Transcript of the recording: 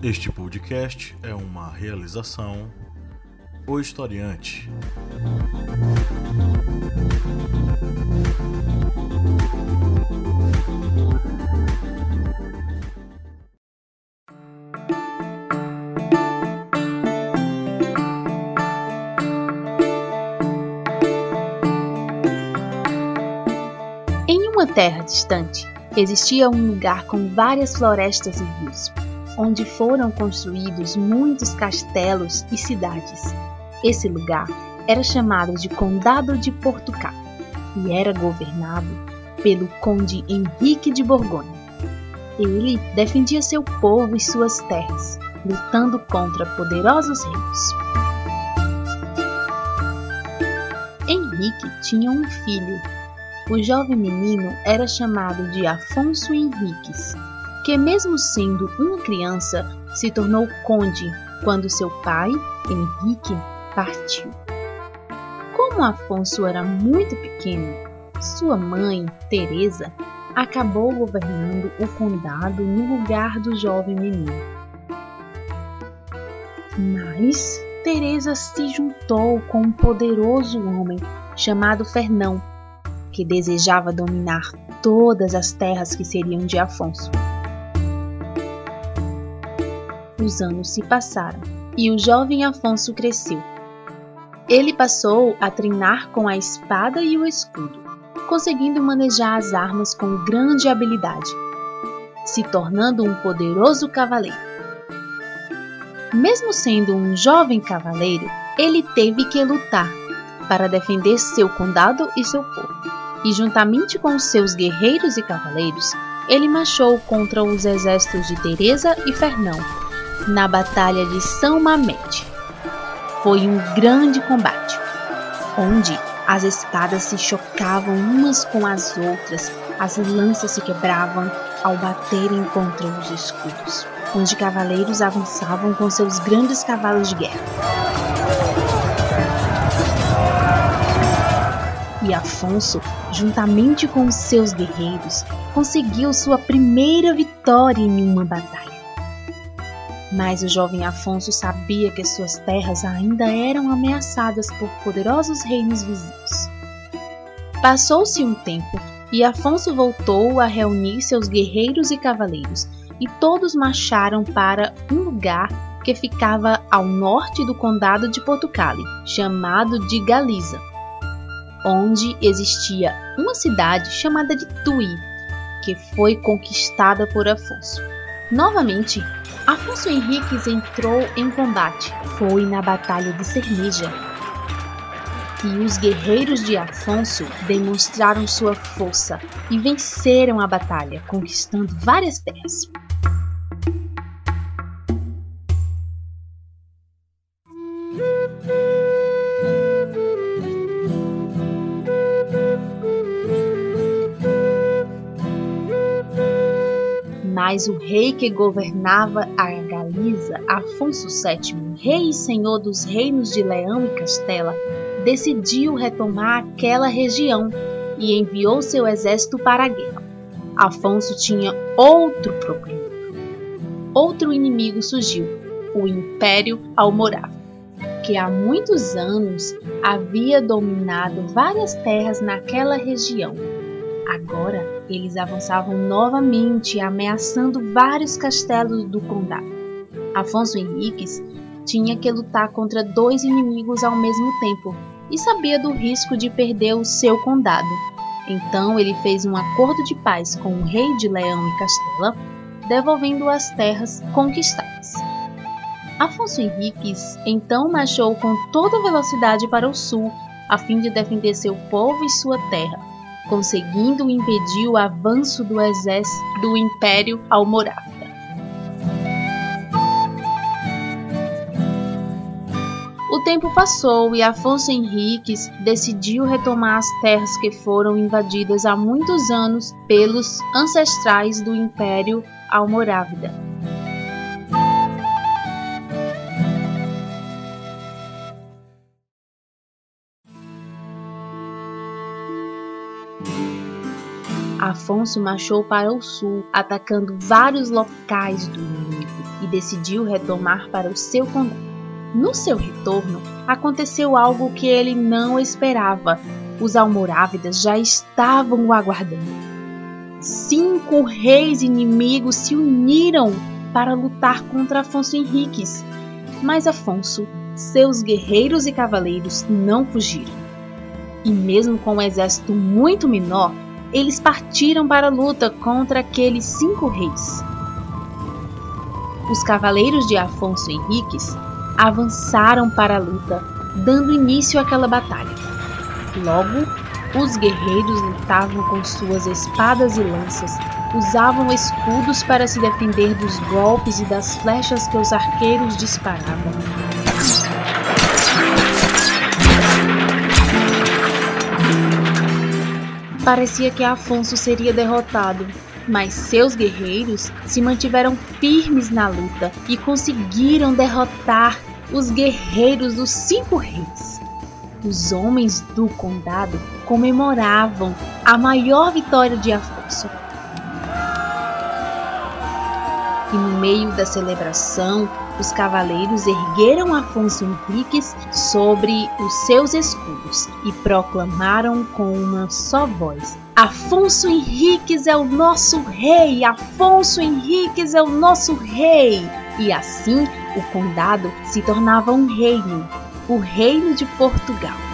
Este podcast é uma realização O Historiante. Em uma terra distante, existia um lugar com várias florestas e rios, onde foram construídos muitos castelos e cidades. Esse lugar era chamado de Condado de Portugal e era governado pelo conde Henrique de Borgonha. Ele defendia seu povo e suas terras, lutando contra poderosos reinos. Henrique tinha um filho. O jovem menino era chamado de Afonso Henriques, que mesmo sendo uma criança, se tornou conde quando seu pai, Henrique, partiu. Como Afonso era muito pequeno, sua mãe, Teresa, acabou governando o condado no lugar do jovem menino. Mas Teresa se juntou com um poderoso homem chamado Fernão, que desejava dominar todas as terras que seriam de Afonso. Os anos se passaram e o jovem Afonso cresceu. Ele passou a treinar com a espada e o escudo, conseguindo manejar as armas com grande habilidade, se tornando um poderoso cavaleiro. Mesmo sendo um jovem cavaleiro, ele teve que lutar para defender seu condado e seu povo. E juntamente com seus guerreiros e cavaleiros, ele marchou contra os exércitos de Teresa e Fernão, na Batalha de São Mamede. Foi um grande combate, onde as espadas se chocavam umas com as outras, as lanças se quebravam ao baterem contra os escudos, onde cavaleiros avançavam com seus grandes cavalos de guerra. E Afonso, juntamente com os seus guerreiros, conseguiu sua primeira vitória em uma batalha. Mas o jovem Afonso sabia que suas terras ainda eram ameaçadas por poderosos reinos vizinhos. Passou-se um tempo e Afonso voltou a reunir seus guerreiros e cavaleiros, e todos marcharam para um lugar que ficava ao norte do condado de Portugal, chamado de Galiza, onde existia uma cidade chamada de Tui, que foi conquistada por Afonso. Novamente, Afonso Henriques entrou em combate. Foi na Batalha de Cermeja. E os guerreiros de Afonso demonstraram sua força e venceram a batalha, conquistando várias terras. Mas o rei que governava a Galiza, Afonso VII, rei e senhor dos reinos de Leão e Castela, decidiu retomar aquela região e enviou seu exército para a guerra. Afonso tinha outro problema. Outro inimigo surgiu, o Império Almorávida, que há muitos anos havia dominado várias terras naquela região. Agora, eles avançavam novamente, ameaçando vários castelos do condado. Afonso Henriques tinha que lutar contra dois inimigos ao mesmo tempo e sabia do risco de perder o seu condado. Então, ele fez um acordo de paz com o rei de Leão e Castela, devolvendo as terras conquistadas. Afonso Henriques então marchou com toda velocidade para o sul, a fim de defender seu povo e sua terra, conseguindo impedir o avanço do exército do Império Almorávida. O tempo passou e Afonso Henriques decidiu retomar as terras que foram invadidas há muitos anos pelos ancestrais do Império Almorávida. Afonso marchou para o sul, atacando vários locais do inimigo, e decidiu retomar para o seu condado. No seu retorno, aconteceu algo que ele não esperava. Os almorávidas já estavam o aguardando. 5 reis inimigos se uniram para lutar contra Afonso Henriques, mas Afonso, seus guerreiros e cavaleiros não fugiram. E mesmo com um exército muito menor, eles partiram para a luta contra aqueles 5 reis. Os cavaleiros de Afonso Henriques avançaram para a luta, dando início àquela batalha. Logo, os guerreiros lutavam com suas espadas e lanças, usavam escudos para se defender dos golpes e das flechas que os arqueiros disparavam. Parecia que Afonso seria derrotado, mas seus guerreiros se mantiveram firmes na luta e conseguiram derrotar os guerreiros dos 5 reis. Os homens do condado comemoravam a maior vitória de Afonso. E no meio da celebração, os cavaleiros ergueram Afonso Henriques sobre os seus escudos e proclamaram com uma só voz: Afonso Henriques é o nosso rei! Afonso Henriques é o nosso rei! E assim o condado se tornava um reino, o Reino de Portugal.